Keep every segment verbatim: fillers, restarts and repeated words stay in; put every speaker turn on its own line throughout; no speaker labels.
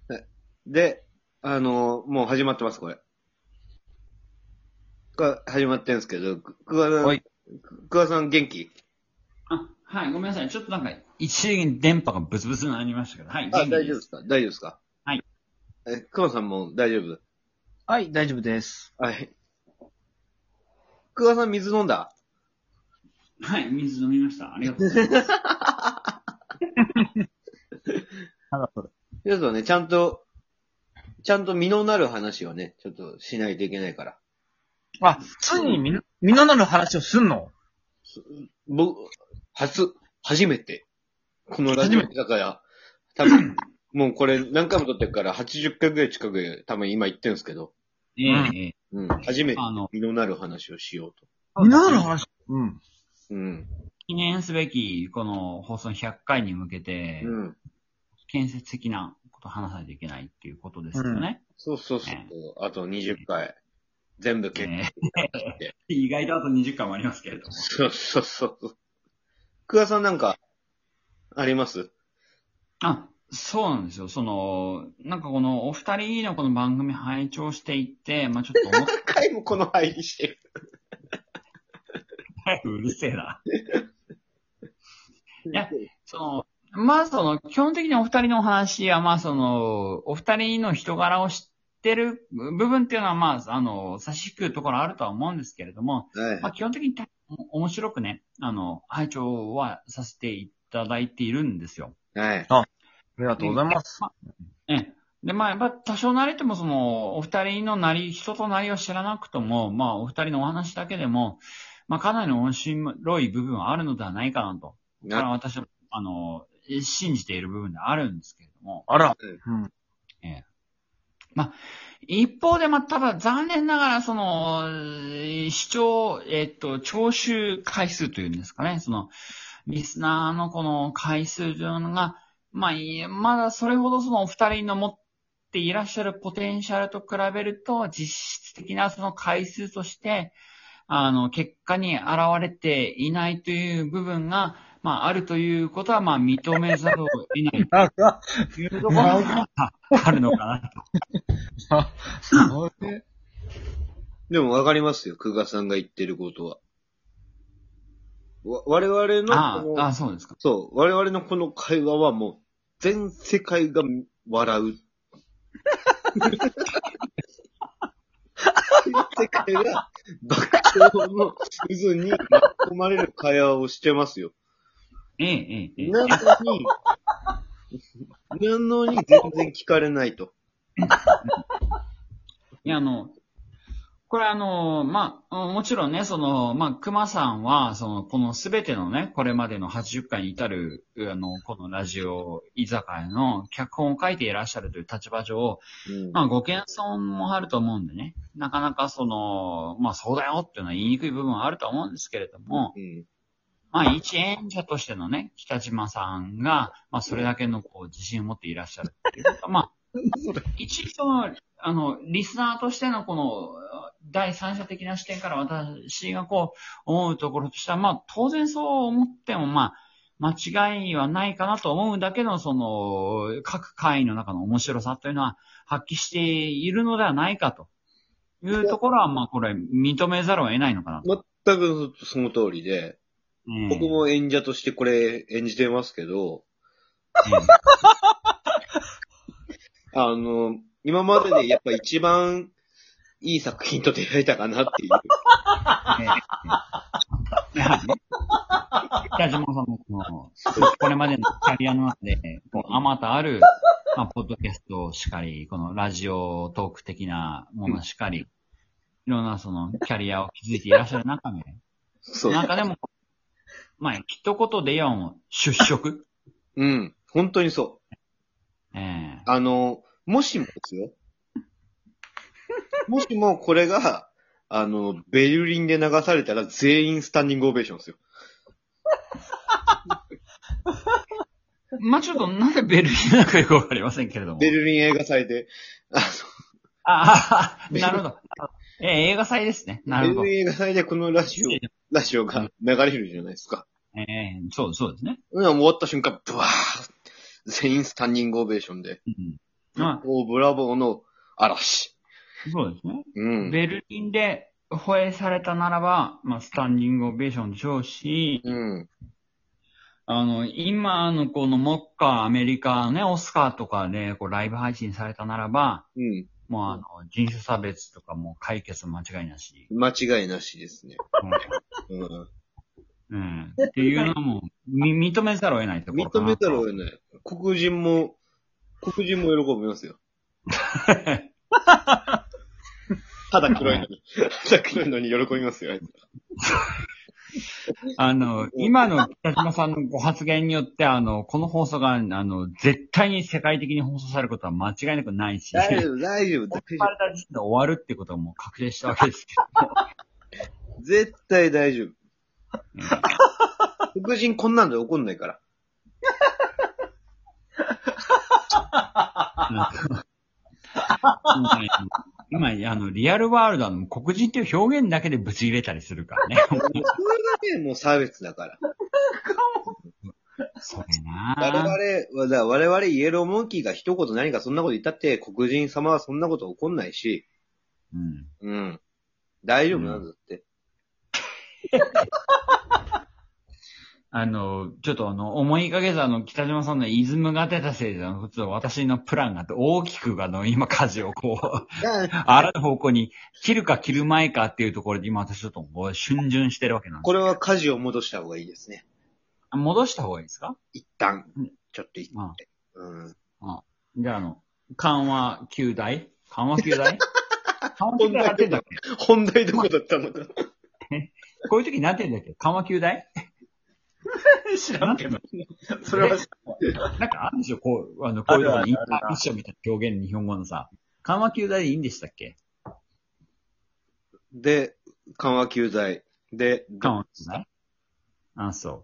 で、あの、もう始まってます、これ。が始まってるんですけど、くくわさん、
はい。
くわさん元気？
あ、はい、ごめんなさい。ちょっとなんか、一時的に電波がブツブツになりましたけど、はい、
あ、
元気で。
大丈夫ですすか？大丈夫ですか？
はい。
え、くわさんも大丈夫？
はい、大丈夫です。
はい。くわさん水飲んだ？
はい、水飲みました。ありがとうございます。
ただそれ。
ちょっとね、ちゃんと、ちゃんと身のなる話をね、ちょっとしないといけないから。
あ、ついにみ、みのなる話をすんの？
僕、初、初めて、このラジオだから、多分、もうこれ何回も撮ってるからはちじゅっかいぐらい近く多分今言ってるんですけど、
ええええ
うん、初めて
あの、
身のなる話をしようと。
みのなる話。うん。
うん。
記念すべき、この放送ひゃっかいに向けて、
うん。
建設的なことを話さないといけないっていうことですよね。
そうそうそう。
え
あとにじゅっかい。全部結
え
構。
え意外とあとにじゅっかいもありますけれども。
そうそうそう。桑さんなんか、あります？
あ、そうなんですよ。その、なんかこのお二人のこの番組拝聴していて、まあちょっと思っ
何回もこの入りしてる。
て、うるせえな。いや、その、まあその、基本的にお二人のお話は、まあその、お二人の人柄を知ってる部分っていうのは、まあ、あの、差し引くところあるとは思うんですけれども、
はい。
まあ基本的にた面白くね、あの、拝聴はさせていただいているんですよ。
はい。
ありがとうございます。
ええ。で、まあ、やっぱ多少なりともその、お二人のなり、人となりを知らなくとも、まあ、お二人のお話だけでも、まあ、かなりの面白い部分はあるのではないかなと。これは私は、あの、信じている部分であるんですけれども。
あら。
うん
うん。
ええ。まあ、一方で、まあ、ただ残念ながら、その、視聴、えっと、聴取回数というんですかね、その、リスナーのこの回数というのが、まあ、いまだそれほどそのお二人の持っていらっしゃるポテンシャルと比べると、実質的なその回数として、あの、結果に現れていないという部分が、まあ、あるということは、まあ、認めざるを得ない
なんか、
というところがあるのかなと。
あ、それ。
でもわかりますよ、久我さんが言ってることは。わ我々のこの、
ああ、ああ、そうですか。
そう、我々のこの会話はもう、全世界が笑う。全世界が爆笑の渦に巻き込まれる会話をしてますよ。
ええ、ええ、ええ。
なのに、なのに全然聞かれないと。
いや、あの、これあの、まあ、もちろんね、その、まあ、熊さんは、その、このすべてのね、これまでのはちじゅっかいに至る、あの、このラジオ居酒屋の脚本を書いていらっしゃるという立場上、
うん
まあ、ご謙遜もあると思うんでね、なかなかその、まあ、そうだよっていうのは言いにくい部分はあると思うんですけれども、
うん
まあ、一演者としてのね、北島さんが、まあ、それだけのこう、自信を持っていらっしゃるっていうことは、まあ、一その、あの、リスナーとしてのこの、第三者的な視点から私がこう、思うところとしては、まあ、当然そう思っても、まあ、間違いはないかなと思うだけの、その、各回の中の面白さというのは、発揮しているのではないかというところは、まあ、これ、認めざるを得ないのかなと。
全くその通りで、
ええ
僕も演者としてこれ演じてますけど、
ええ
あの、今まででやっぱ一番いい作品と出会えたかなっていう。
ええやはりね、北島さんのこの、これまでのキャリアの中で、こう、あまたある、まあ、ポッドキャストしかり、このラジオトーク的なものしかり、いろんなそのキャリアを築いていらっしゃる中で、
そう。
中でも、まあ、一言で言えばもう、出色。
うん。本当にそう。
ええ
あの、もしもですよ。もしもこれが、あの、ベルリンで流されたら全員スタンディングオベーションですよ。
まあ、ちょっとなんでベルリンなのかよくわかりませんけれども。
ベルリン映画祭で、あ
ああ、なるほど。ええ映画祭ですね。なるほど。
のベルリン映画祭でこのラジオ、ラジオが流れるじゃないですか。
ええそう、そうですね。
うん、終わった瞬間、ブワー全員スタンディングオベーションで。
うんまあ、
おブラボーの嵐。
そうですね。
うん。
ベルリンで放映されたならば、まあ、スタンディングオベーションでしょうし、
うん。
あの、今のこのモッカー、アメリカね、オスカーとかでこうライブ配信されたならば、
うん。
もうあの、人種差別とかも解決間違いなし。
間違いなしですね。うん。
うん。うん。っていうのも、み、認めざるを得ないところかなと。
認めたら俺ね、黒人も、黒人も喜びますよ。肌黒いのに。肌黒いのに喜びますよ、あいつ。
あの、今の北島さんのご発言によって、あの、この放送が、あの、絶対に世界的に放送されることは間違いなくないし、
大丈夫、大丈夫、大丈
放送された時点で終わるってことはもう確定したわけですけど。
夫。絶対大丈夫。
うん
黒人こんなんで怒んないから。
今、今あの、リアルワールドの黒人っていう表現だけでぶち入れたりするからね。
それがね、もう差別だから。
それな
我々、だから我々イエローモンキーが一言何かそんなこと言ったって、黒人様はそんなこと起こんないし、
うん。
うん。大丈夫なんだって。
あの、ちょっとあの、思いかけたあの、北島さんのイズムが出たせいで、あの、普通私のプランが大きくあの、今舵をこう、
だから
あらぬ方向に、切るか切る前かっていうところで今私ちょっとこう、逡巡してるわけなんです。
これは舵を戻した方がいいですね。
あ戻した方がいいですか？
一旦
うん。
ちょっと一
あ
旦。うん。
あじゃああの、緩和球大緩和球大緩和球大なんて言うんだっけ
本題どこだったのか。
こういう時なんて言うんだっけ緩和球大
知らんけど。それは知
なんかあるでしょこう、あの、こういうところにイン
あるある
ターミッションみたいな表現日本語のさ、緩和球大でいいんでしたっけ
で、緩和球剤。で、
緩和球大あ、そう。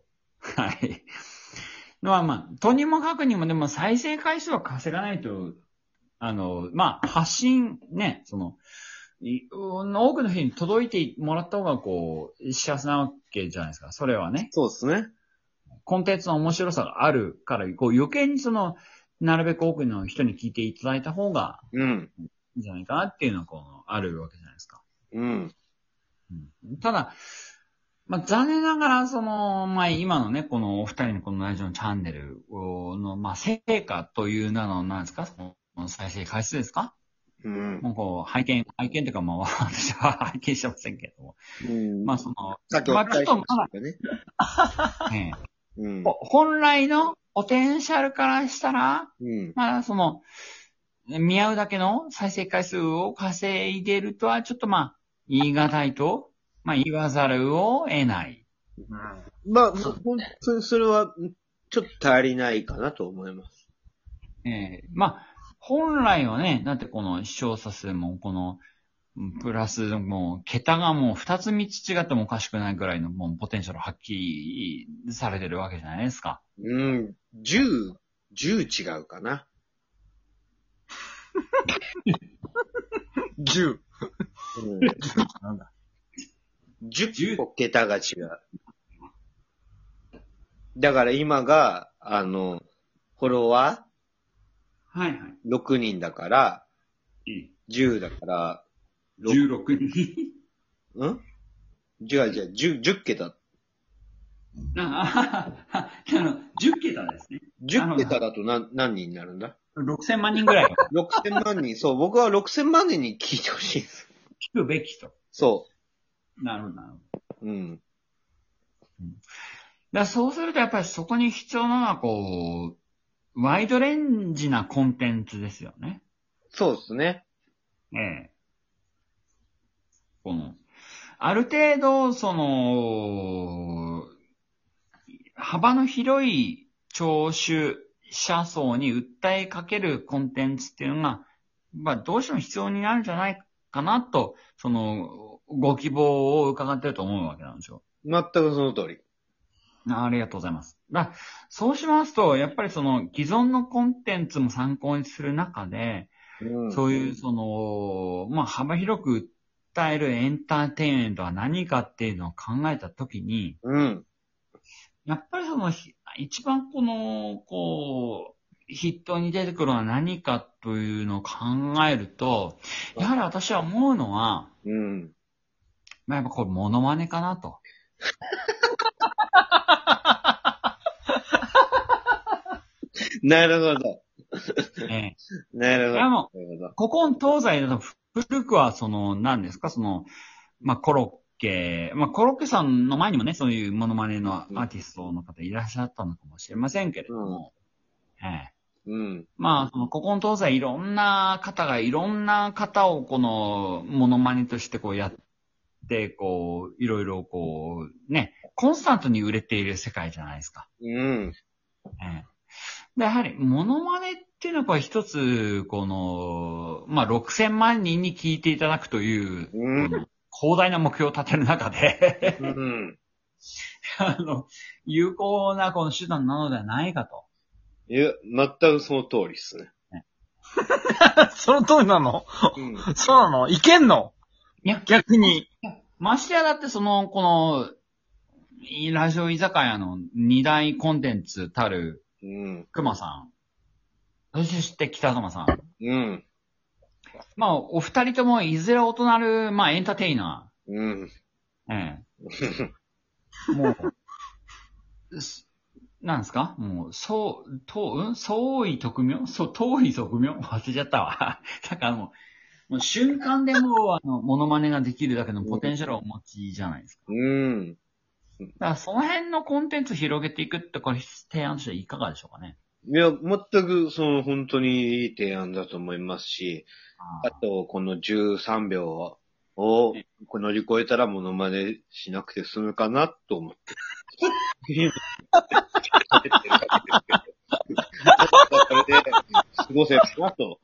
はい。まあまあ、とにもかくにもでも再生回数は稼がないと、あの、まあ、発信ね、その、い多くの人に届いてもらった方がこう、幸せなわけじゃないですか。それはね。
そうですね。
コンテンツの面白さがあるから、こう余計にその、なるべく多くの人に聞いていただいた方が
うん。
いいんじゃないかなっていうのがこう、あるわけじゃないですか。
うん。
うん、ただ、まあ、残念ながら、その、まあ、今のね、このお二人のこのラジオのチャンネルの、まあ、成果という名の、なんですか、その再生回数ですか
うん。
もうこう、拝見、拝見というか、まあ、私は拝見してませんけども。
うん。
まあ、その、
さっきお
まあ、ちょっと
伝えしま
ま
したね。
だ、ね、
うん。
ほ本来のポテンシャルからしたら、
うん。
まあ、その、見合うだけの再生回数を稼いでるとは、ちょっとまあ、言い難いと、まあ、言わざるを得ない。
まあ、ほんそそれは、ちょっと足りないかなと思います。
ええまあ、本来はね、だってこの視聴者数も、この、プラス、もう、桁がもう二つ三つ違ってもおかしくないぐらいの、もう、ポテンシャル発揮されてるわけじゃないですか。
うん。十、十違うかな。
じゅう。
うん。
なんだ。
十個桁が違う。だから今が、あの、フォロワ
はいはい。
ーろくにんだから、
いい
じゅうだから、ろく
じゅうろくにん。
んじゃあじゃあ、じゅう、じゅっ桁。
ああ、あの、じゅっ桁ですね。
じゅっ桁だと何、何人になるんだ
ろくせんまん人ぐらいは
ろくせんまん人。そう、僕はろくせんまん人に聞いてほしいんです。
聞くべきと。
そ
なるほど、なるほど。
う。うん。
だからそうするとやっぱりそこに必要なのはこう、ワイドレンジなコンテンツですよね。
そうですね。
ええ。この、ある程度、その、幅の広い聴取者層に訴えかけるコンテンツっていうのが、まあどうしても必要になるんじゃないかなと、その、ご希望を伺ってると思うわけなんですよ。
全くその通り。
ありがとうございます。だそうしますと、やっぱりその既存のコンテンツも参考にする中で、
うん。
そういうその、まあ幅広く訴えるエンターテインメントは何かっていうのを考えたときに、
うん。
やっぱりその、ひ一番この、こう、筆頭に出てくるのは何かというのを考えると、やはり私は思うのは、
うん。
まあ、やっぱこれモノマネかなと。
なるほど。
ええ。
なるほど。
いやも
なるほど。
古今東西だと古くはその、何ですか、その、まあ、コロッケ、まあ、コロッケさんの前にもね、そういうモノマネのアーティストの方いらっしゃったのかもしれませんけれども、ええ。
うん。
まあ、その古今東西いろんな方がいろんな方をこのモノマネとしてこうやって、こう、いろいろこう、ね、コンスタントに売れている世界じゃないですか。
うん。
ええ。で、やはり、モノマネっていうのはこれ一つ、この、まあ、ろくせんまん人に聞いていただくという、
うん
この広大な目標を立てる中で、
うん。
あの、有効なこの手段なのではないかと。
いや、全くその通りっすね。
その通りなの？
うん。
そうなの？いけんの？
いや、
逆に。
ましてやだってその、この、ラジオ居酒屋の二大コンテンツたる、
うん。
熊さん。そして北熊さん。
うん。
まあ、お二人ともいずれ大人る、まあ、エンターテイナ
うん。
ー。ええ。もう、すなんですかもう、そう、と、うん創意特名そう、遠い側名忘れちゃったわ。だからもう、もう瞬間でもう、あの、モノマネができるだけのポテンシャルをお持ちじゃないですか。
うん。
だからその辺のコンテンツを広げていくってこれ提案としてはいかがでしょうかね。
いや、全くその本当にいい提案だと思いますし、あと、このじゅうさんびょうを乗り越えたらモノマネしなくて済むかなと思って。これで過ごせるなと